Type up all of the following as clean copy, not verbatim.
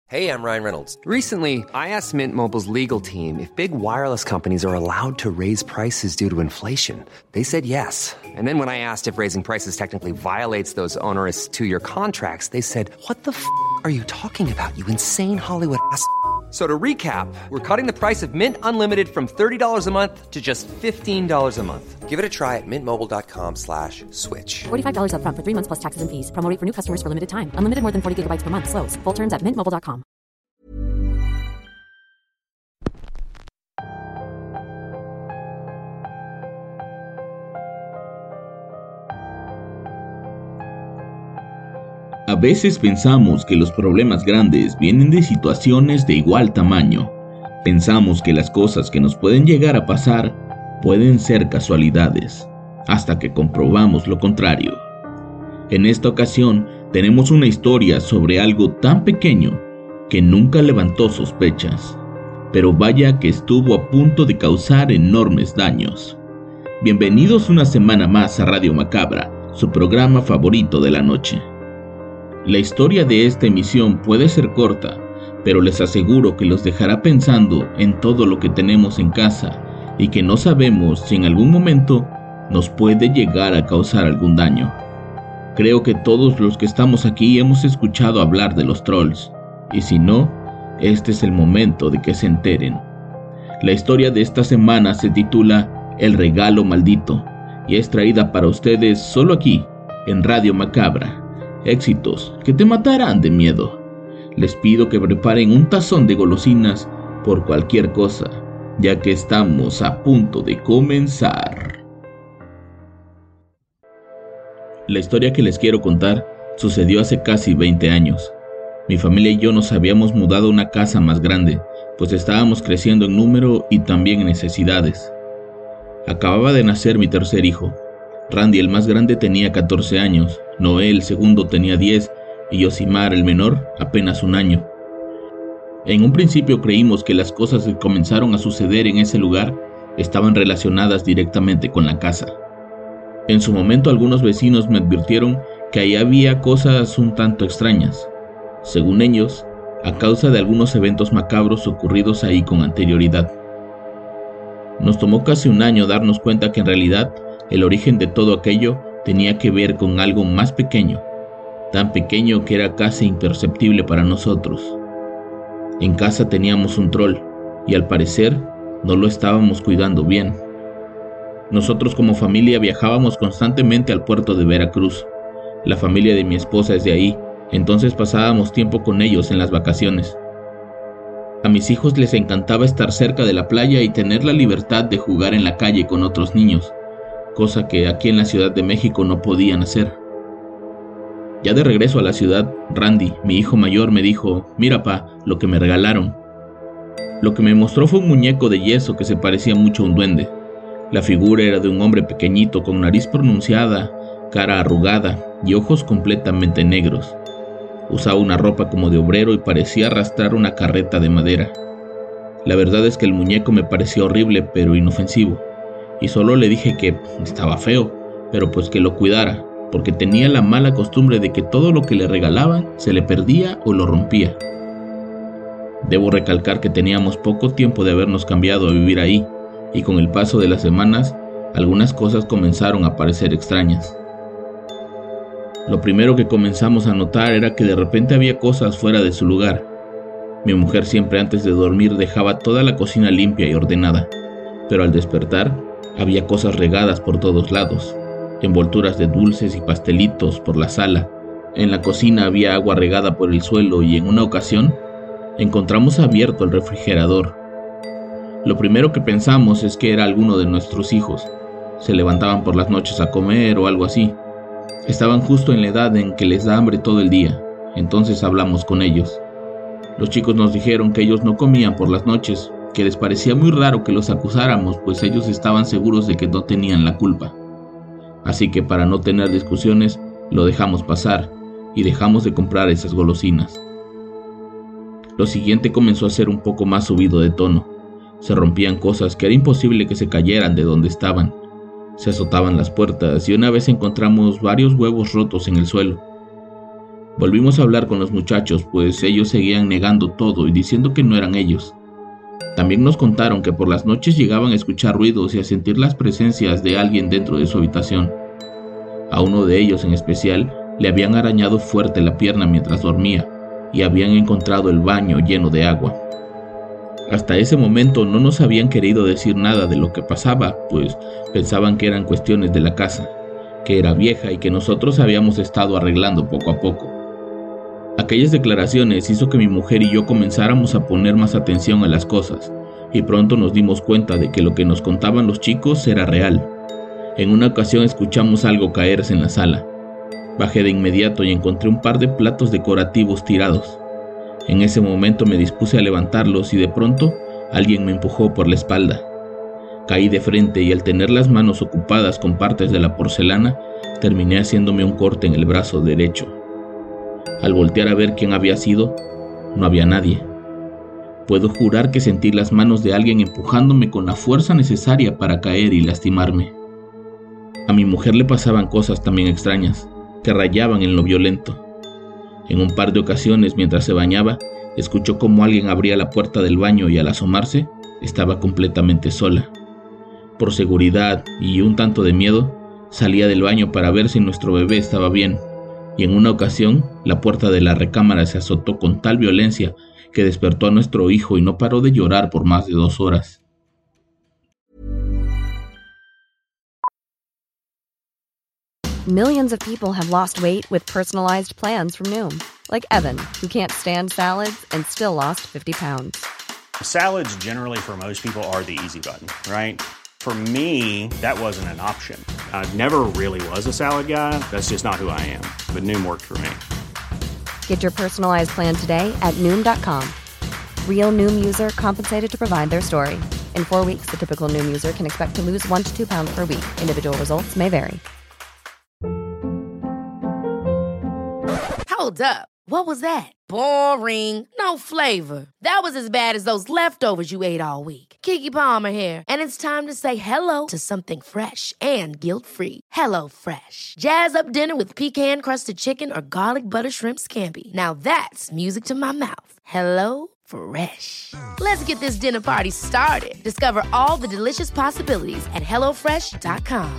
Hey, I'm Ryan Reynolds. Recently, I asked Mint Mobile's legal team if big wireless companies are allowed to raise prices due to inflation. They said yes. And then when I asked if raising prices technically violates those onerous two-year contracts, they said, "What the f*** are you talking about, you insane Hollywood ass?" So to recap, we're cutting the price of Mint Unlimited from $30 a month to just $15 a month. Give it a try at mintmobile.com/switch. $45 up front for 3 months plus taxes and fees. Promo rate for new customers for limited time. Unlimited more than 40 gigabytes per month. Slows full terms at mintmobile.com. A veces pensamos que los problemas grandes vienen de situaciones de igual tamaño. Pensamos que las cosas que nos pueden llegar a pasar pueden ser casualidades, hasta que comprobamos lo contrario. En esta ocasión tenemos una historia sobre algo tan pequeño que nunca levantó sospechas, pero vaya que estuvo a punto de causar enormes daños. Bienvenidos una semana más a Radio Macabra, su programa favorito de la noche. La historia de esta emisión puede ser corta, pero les aseguro que los dejará pensando en todo lo que tenemos en casa y que no sabemos si en algún momento nos puede llegar a causar algún daño. Creo que todos los que estamos aquí hemos escuchado hablar de los trolls, y si no, este es el momento de que se enteren. La historia de esta semana se titula El regalo maldito y es traída para ustedes solo aquí, en Radio Macabra. Éxitos que te matarán de miedo. Les pido que preparen un tazón de golosinas por cualquier cosa, ya que estamos a punto de comenzar. La historia que les quiero contar sucedió hace casi 20 años. Mi familia y yo nos habíamos mudado a una casa más grande, pues estábamos creciendo en número y también en necesidades. Acababa de nacer mi tercer hijo. Randy, el más grande, tenía 14 años, Noé, el segundo, tenía 10 y Yosimar, el menor, apenas 1 año. En un principio creímos que las cosas que comenzaron a suceder en ese lugar estaban relacionadas directamente con la casa. En su momento algunos vecinos me advirtieron que ahí había cosas un tanto extrañas, según ellos, a causa de algunos eventos macabros ocurridos ahí con anterioridad. Nos tomó casi 1 año darnos cuenta que en realidad el origen de todo aquello tenía que ver con algo más pequeño, tan pequeño que era casi imperceptible para nosotros. En casa teníamos un troll y al parecer no lo estábamos cuidando bien. Nosotros como familia viajábamos constantemente al puerto de Veracruz. La familia de mi esposa es de ahí, entonces pasábamos tiempo con ellos en las vacaciones. A mis hijos les encantaba estar cerca de la playa y tener la libertad de jugar en la calle con otros niños, cosa que aquí en la Ciudad de México no podían hacer. Ya de regreso a la ciudad, Randy, mi hijo mayor, me dijo: "Mira, pa, lo que me regalaron". Lo que me mostró fue un muñeco de yeso que se parecía mucho a un duende. La figura era de un hombre pequeñito con nariz pronunciada, cara arrugada y ojos completamente negros. Usaba una ropa como de obrero y parecía arrastrar una carreta de madera. La verdad es que el muñeco me pareció horrible pero inofensivo, y solo le dije que estaba feo, pero pues que lo cuidara, porque tenía la mala costumbre de que todo lo que le regalaban se le perdía o lo rompía. Debo recalcar que teníamos poco tiempo de habernos cambiado a vivir ahí, y con el paso de las semanas, algunas cosas comenzaron a parecer extrañas. Lo primero que comenzamos a notar era que de repente había cosas fuera de su lugar. Mi mujer siempre antes de dormir dejaba toda la cocina limpia y ordenada, pero al despertar había cosas regadas por todos lados, envolturas de dulces y pastelitos por la sala. En la cocina había agua regada por el suelo y en una ocasión encontramos abierto el refrigerador. Lo primero que pensamos es que era alguno de nuestros hijos. Se levantaban por las noches a comer o algo así. Estaban justo en la edad en que les da hambre todo el día, entonces hablamos con ellos. Los chicos nos dijeron que ellos no comían por las noches, que les parecía muy raro que los acusáramos, pues ellos estaban seguros de que no tenían la culpa. Así que para no tener discusiones, lo dejamos pasar y dejamos de comprar esas golosinas. Lo siguiente comenzó a ser un poco más subido de tono. Se rompían cosas que era imposible que se cayeran de donde estaban. Se azotaban las puertas y una vez encontramos varios huevos rotos en el suelo. Volvimos a hablar con los muchachos, pues ellos seguían negando todo y diciendo que no eran ellos. También nos contaron que por las noches llegaban a escuchar ruidos y a sentir las presencias de alguien dentro de su habitación. A uno de ellos en especial le habían arañado fuerte la pierna mientras dormía y habían encontrado el baño lleno de agua. Hasta ese momento no nos habían querido decir nada de lo que pasaba, pues pensaban que eran cuestiones de la casa, que era vieja y que nosotros habíamos estado arreglando poco a poco. Aquellas declaraciones hizo que mi mujer y yo comenzáramos a poner más atención a las cosas, y pronto nos dimos cuenta de que lo que nos contaban los chicos era real. En una ocasión escuchamos algo caerse en la sala. Bajé de inmediato y encontré un par de platos decorativos tirados. En ese momento me dispuse a levantarlos y de pronto alguien me empujó por la espalda. Caí de frente y al tener las manos ocupadas con partes de la porcelana, terminé haciéndome un corte en el brazo derecho. Al voltear a ver quién había sido, no había nadie. Puedo jurar que sentí las manos de alguien empujándome con la fuerza necesaria para caer y lastimarme. A mi mujer le pasaban cosas también extrañas, que rayaban en lo violento. En un par de ocasiones, mientras se bañaba, escuchó cómo alguien abría la puerta del baño y al asomarse, estaba completamente sola. Por seguridad y un tanto de miedo, salía del baño para ver si nuestro bebé estaba bien, y en una ocasión, la puerta de la recámara se azotó con tal violencia que despertó a nuestro hijo y no paró de llorar por más de 2 horas. Millions of people have lost weight with personalized plans from Noom, like Evan, who can't stand salads and still lost 50 pounds. Salads generally for most people are the easy button, right? For me, that wasn't an option. I never really was a salad guy. That's just not who I am. But Noom worked for me. Get your personalized plan today at Noom.com. Real Noom user compensated to provide their story. In 4 weeks, the typical Noom user can expect to lose 1 to 2 pounds per week. Individual results may vary. Hold up. What was that? Boring. No flavor. That was as bad as those leftovers you ate all week. Keke Palmer here, and it's time to say hello to something fresh and guilt-free. Hello Fresh. Jazz up dinner with pecan-crusted chicken or garlic butter shrimp scampi. Now that's music to my mouth. Hello Fresh. Let's get this dinner party started. Discover all the delicious possibilities at HelloFresh.com.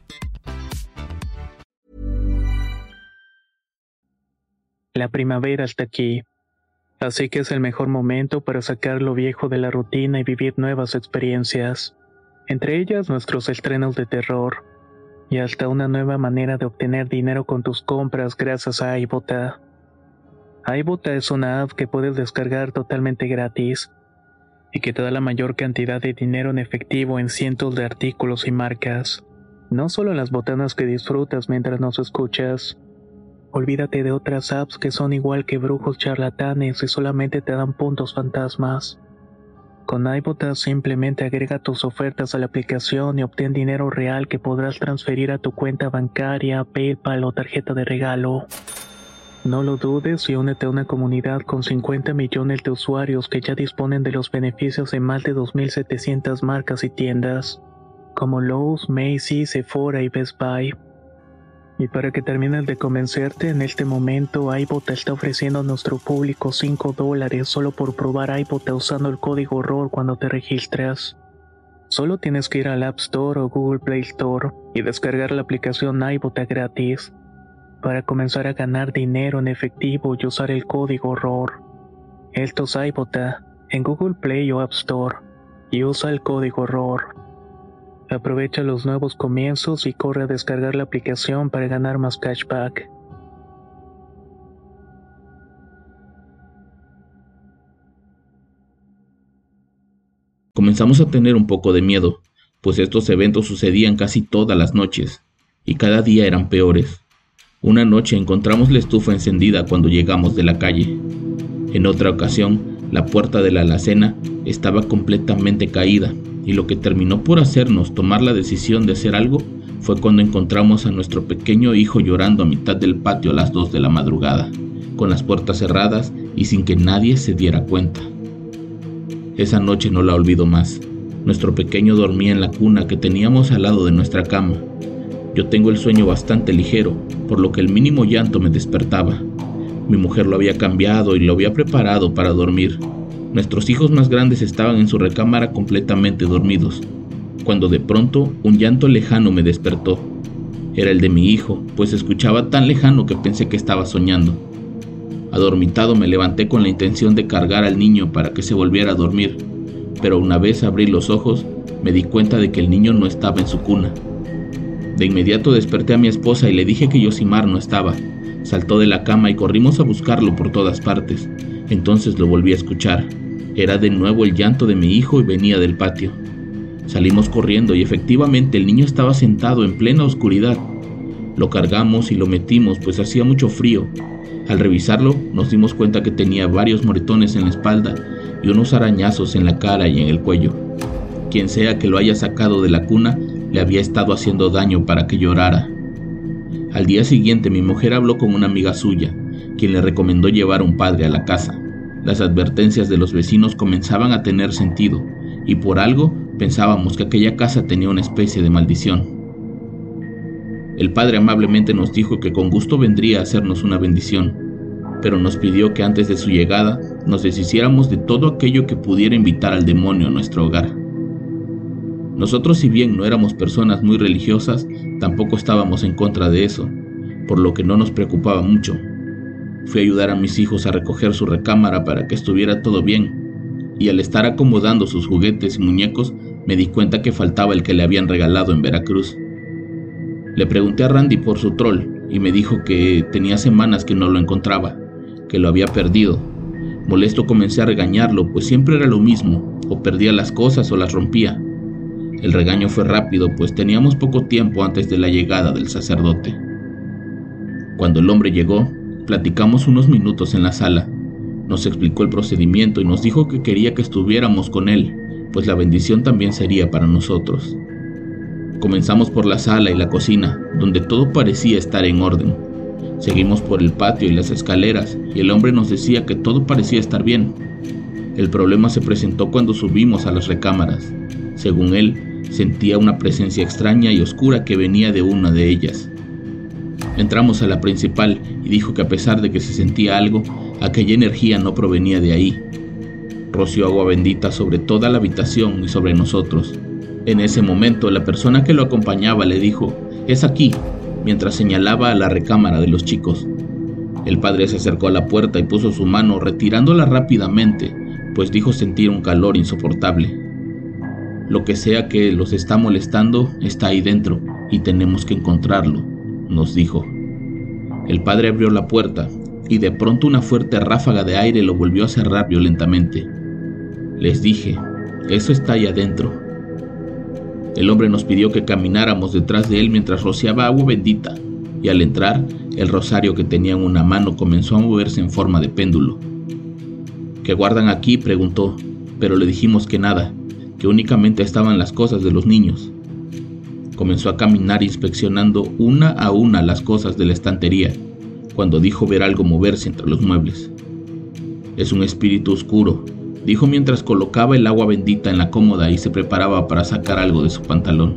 La primavera está aquí, así que es el mejor momento para sacar lo viejo de la rutina y vivir nuevas experiencias, entre ellas nuestros estrenos de terror, y hasta una nueva manera de obtener dinero con tus compras gracias a iBota. iBota es una app que puedes descargar totalmente gratis, y que te da la mayor cantidad de dinero en efectivo en cientos de artículos y marcas, no solo en las botanas que disfrutas mientras nos escuchas. Olvídate de otras apps que son igual que brujos charlatanes y solamente te dan puntos fantasmas. Con iBota simplemente agrega tus ofertas a la aplicación y obtén dinero real que podrás transferir a tu cuenta bancaria, PayPal o tarjeta de regalo. No lo dudes y únete a una comunidad con 50 millones de usuarios que ya disponen de los beneficios de más de 2.700 marcas y tiendas, como Lowe's, Macy's, Sephora y Best Buy. Y para que termines de convencerte, en este momento iBota está ofreciendo a nuestro público $5 solo por probar iBota usando el código ROR cuando te registras. Solo tienes que ir al App Store o Google Play Store y descargar la aplicación iBota gratis para comenzar a ganar dinero en efectivo y usar el código ROR. Esto es iBota en Google Play o App Store y usa el código ROR. Aprovecha los nuevos comienzos y corre a descargar la aplicación para ganar más cashback. Comenzamos a tener un poco de miedo, pues estos eventos sucedían casi todas las noches, y cada día eran peores. Una noche encontramos la estufa encendida cuando llegamos de la calle. En otra ocasión, la puerta de la alacena estaba completamente caída, y lo que terminó por hacernos tomar la decisión de hacer algo fue cuando encontramos a nuestro pequeño hijo llorando a mitad del patio a las 2 de la madrugada, con las puertas cerradas y sin que nadie se diera cuenta. Esa noche no la olvido más. Nuestro pequeño dormía en la cuna que teníamos al lado de nuestra cama. Yo tengo el sueño bastante ligero, por lo que el mínimo llanto me despertaba, Mi mujer lo había cambiado y lo había preparado para dormir. Nuestros hijos más grandes estaban en su recámara completamente dormidos, cuando de pronto un llanto lejano me despertó. Era el de mi hijo, pues escuchaba tan lejano que pensé que estaba soñando. Adormitado me levanté con la intención de cargar al niño para que se volviera a dormir, pero una vez abrí los ojos, me di cuenta de que el niño no estaba en su cuna. De inmediato desperté a mi esposa y le dije que Yosimar no estaba. Saltó de la cama y corrimos a buscarlo por todas partes. Entonces lo volví a escuchar. Era de nuevo el llanto de mi hijo y venía del patio. Salimos corriendo y efectivamente el niño estaba sentado en plena oscuridad. Lo cargamos y lo metimos, pues hacía mucho frío. Al revisarlo nos dimos cuenta que tenía varios moretones en la espalda y unos arañazos en la cara y en el cuello. Quien sea que lo haya sacado de la cuna le había estado haciendo daño para que llorara. Al día siguiente mi mujer habló con una amiga suya, quien le recomendó llevar a un padre a la casa. Las advertencias de los vecinos comenzaban a tener sentido, y por algo pensábamos que aquella casa tenía una especie de maldición. El padre amablemente nos dijo que con gusto vendría a hacernos una bendición, pero nos pidió que antes de su llegada nos deshiciéramos de todo aquello que pudiera invitar al demonio a nuestro hogar. Nosotros, si bien no éramos personas muy religiosas, tampoco estábamos en contra de eso, por lo que no nos preocupaba mucho. Fui a ayudar a mis hijos a recoger su recámara para que estuviera todo bien, y al estar acomodando sus juguetes y muñecos, me di cuenta que faltaba el que le habían regalado en Veracruz. Le pregunté a Randy por su troll, y me dijo que tenía semanas que no lo encontraba, que lo había perdido. Molesto comencé a regañarlo, pues siempre era lo mismo, o perdía las cosas o las rompía. El regaño fue rápido, pues teníamos poco tiempo antes de la llegada del sacerdote. Cuando el hombre llegó, platicamos unos minutos en la sala. Nos explicó el procedimiento y nos dijo que quería que estuviéramos con él, pues la bendición también sería para nosotros. Comenzamos por la sala y la cocina, donde todo parecía estar en orden. Seguimos por el patio y las escaleras, y el hombre nos decía que todo parecía estar bien. El problema se presentó cuando subimos a las recámaras. Según él, sentía una presencia extraña y oscura que venía de una de ellas. Entramos a la principal y dijo que a pesar de que se sentía algo, aquella energía no provenía de ahí. Roció agua bendita sobre toda la habitación y sobre nosotros. En ese momento, la persona que lo acompañaba le dijo: «Es aquí», mientras señalaba a la recámara de los chicos. El padre se acercó a la puerta y puso su mano, retirándola rápidamente, pues dijo sentir un calor insoportable. «Lo que sea que los está molestando está ahí dentro y tenemos que encontrarlo», nos dijo. El padre abrió la puerta y de pronto una fuerte ráfaga de aire lo volvió a cerrar violentamente. Les dije: «Eso está ahí adentro». El hombre nos pidió que camináramos detrás de él mientras rociaba agua bendita, y al entrar, el rosario que tenía en una mano comenzó a moverse en forma de péndulo. «¿Qué guardan aquí?», preguntó, pero le dijimos que nada, que únicamente estaban las cosas de los niños. Comenzó a caminar inspeccionando una a una las cosas de la estantería, cuando dijo ver algo moverse entre los muebles. «Es un espíritu oscuro», dijo mientras colocaba el agua bendita en la cómoda y se preparaba para sacar algo de su pantalón.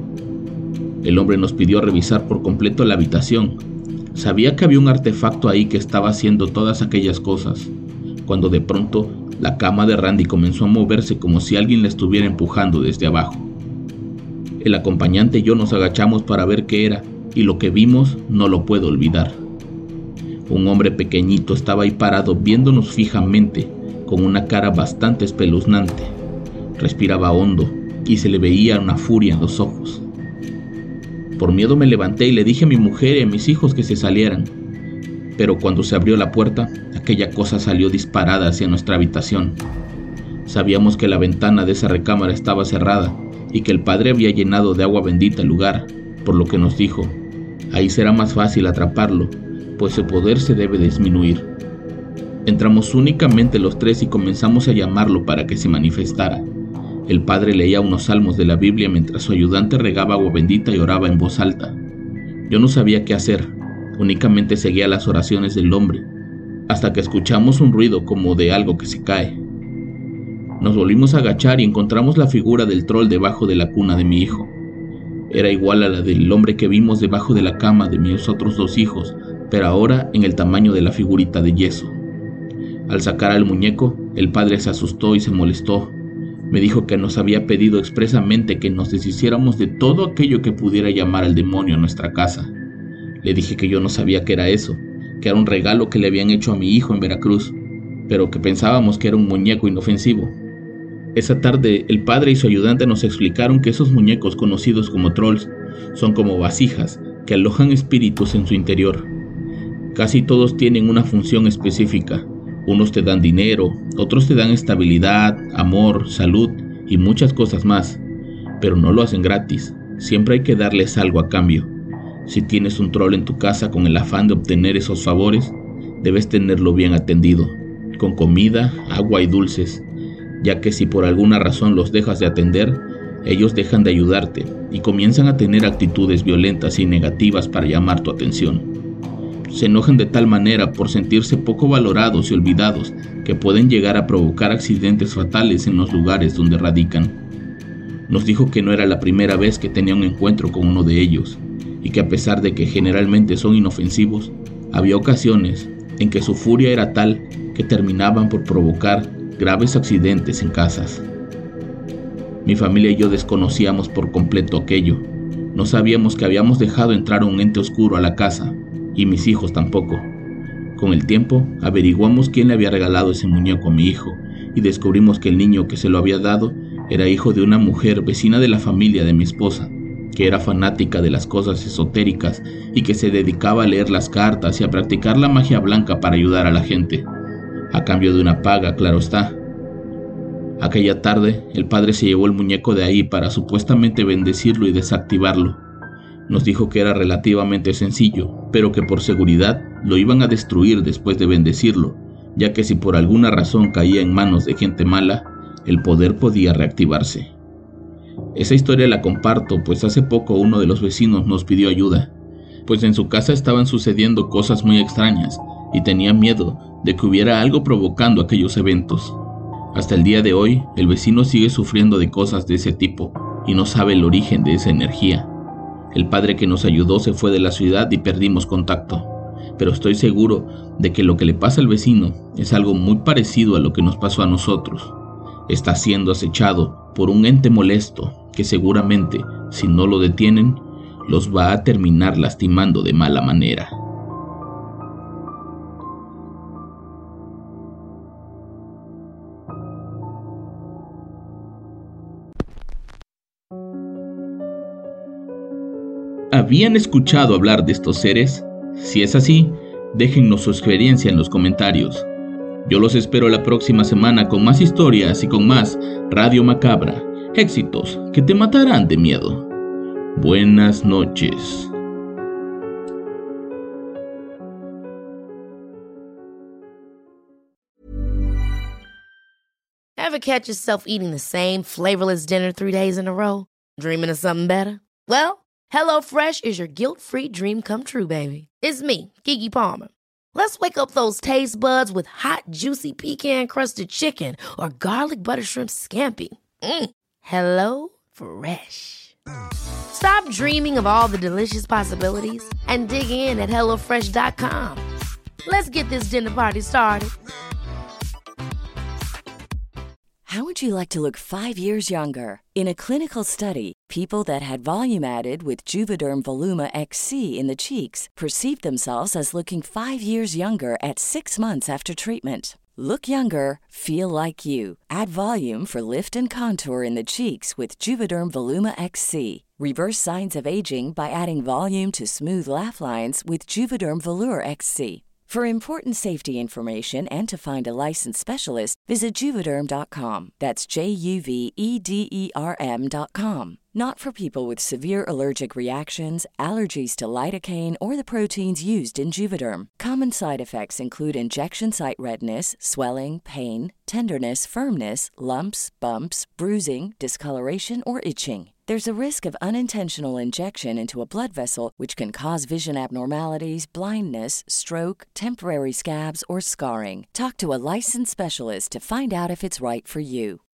El hombre nos pidió revisar por completo la habitación. Sabía que había un artefacto ahí que estaba haciendo todas aquellas cosas, cuando de pronto la cama de Randy comenzó a moverse como si alguien la estuviera empujando desde abajo. El acompañante y yo nos agachamos para ver qué era, y lo que vimos no lo puedo olvidar. Un hombre pequeñito estaba ahí parado viéndonos fijamente, con una cara bastante espeluznante. Respiraba hondo y se le veía una furia en los ojos. Por miedo me levanté y le dije a mi mujer y a mis hijos que se salieran, pero cuando se abrió la puerta, aquella cosa salió disparada hacia nuestra habitación. Sabíamos que la ventana de esa recámara estaba cerrada y que el padre había llenado de agua bendita el lugar, por lo que nos dijo: «Ahí será más fácil atraparlo, pues su poder se debe disminuir». Entramos únicamente los tres y comenzamos a llamarlo para que se manifestara. El padre leía unos salmos de la Biblia mientras su ayudante regaba agua bendita y oraba en voz alta. Yo no sabía qué hacer, únicamente seguía las oraciones del hombre, hasta que escuchamos un ruido como de algo que se cae. Nos volvimos a agachar y encontramos la figura del troll debajo de la cuna de mi hijo. Era igual a la del hombre que vimos debajo de la cama de mis otros dos hijos, pero ahora en el tamaño de la figurita de yeso. Al sacar al muñeco, el padre se asustó y se molestó. Me dijo que nos había pedido expresamente que nos deshiciéramos de todo aquello que pudiera llamar al demonio a nuestra casa. Le dije que yo no sabía qué era eso, que era un regalo que le habían hecho a mi hijo en Veracruz, pero que pensábamos que era un muñeco inofensivo. Esa tarde, el padre y su ayudante nos explicaron que esos muñecos conocidos como trolls son como vasijas que alojan espíritus en su interior. Casi todos tienen una función específica. Unos te dan dinero, otros te dan estabilidad, amor, salud y muchas cosas más, pero no lo hacen gratis. Siempre hay que darles algo a cambio. Si tienes un troll en tu casa con el afán de obtener esos favores, debes tenerlo bien atendido, con comida, agua y dulces, ya que si por alguna razón los dejas de atender, ellos dejan de ayudarte y comienzan a tener actitudes violentas y negativas para llamar tu atención. Se enojan de tal manera por sentirse poco valorados y olvidados que pueden llegar a provocar accidentes fatales en los lugares donde radican. Nos dijo que no era la primera vez que tenía un encuentro con uno de ellos y que a pesar de que generalmente son inofensivos, había ocasiones en que su furia era tal que terminaban por provocar graves accidentes en casas. Mi familia y yo desconocíamos por completo aquello. No sabíamos que habíamos dejado entrar a un ente oscuro a la casa, y mis hijos tampoco. Con el tiempo, averiguamos quién le había regalado ese muñeco a mi hijo, y descubrimos que el niño que se lo había dado era hijo de una mujer vecina de la familia de mi esposa, que era fanática de las cosas esotéricas y que se dedicaba a leer las cartas y a practicar la magia blanca para ayudar a la gente, a cambio de una paga, claro está. Aquella tarde, el padre se llevó el muñeco de ahí para supuestamente bendecirlo y desactivarlo. Nos dijo que era relativamente sencillo, pero que por seguridad lo iban a destruir después de bendecirlo, ya que si por alguna razón caía en manos de gente mala, el poder podía reactivarse. Esa historia la comparto, pues hace poco uno de los vecinos nos pidió ayuda, pues en su casa estaban sucediendo cosas muy extrañas y tenía miedo de que hubiera algo provocando aquellos eventos. Hasta el día de hoy, el vecino sigue sufriendo de cosas de ese tipo y no sabe el origen de esa energía. El padre que nos ayudó se fue de la ciudad y perdimos contacto, pero estoy seguro de que lo que le pasa al vecino es algo muy parecido a lo que nos pasó a nosotros. Está siendo acechado por un ente molesto que seguramente, si no lo detienen, los va a terminar lastimando de mala manera. ¿Habían escuchado hablar de estos seres? Si es así, déjennos su experiencia en los comentarios. Yo los espero la próxima semana con más historias y con más Radio Macabra. Éxitos que te matarán de miedo. Buenas noches. Ever catch yourself eating the same flavorless dinner 3 days in a row? Dreaming of something better? Well, HelloFresh is your guilt-free dream come true, baby. It's me, Keke Palmer. Let's wake up those taste buds with hot, juicy pecan-crusted chicken or garlic butter shrimp scampi. Hello Fresh. Stop dreaming of all the delicious possibilities and dig in at HelloFresh.com. Let's get this dinner party started. How would you like to look 5 years younger? In a clinical study, people that had volume added with Juvederm Voluma XC in the cheeks perceived themselves as looking 5 years younger at 6 months after treatment. Look younger, feel like you. Add volume for lift and contour in the cheeks with Juvederm Voluma XC. Reverse signs of aging by adding volume to smooth laugh lines with Juvederm Volure XC. For important safety information and to find a licensed specialist, visit Juvederm.com. That's JUVEDERM.com. Not for people with severe allergic reactions, allergies to lidocaine, or the proteins used in Juvederm. Common side effects include injection site redness, swelling, pain, tenderness, firmness, lumps, bumps, bruising, discoloration, or itching. There's a risk of unintentional injection into a blood vessel, which can cause vision abnormalities, blindness, stroke, temporary scabs, or scarring. Talk to a licensed specialist to find out if it's right for you.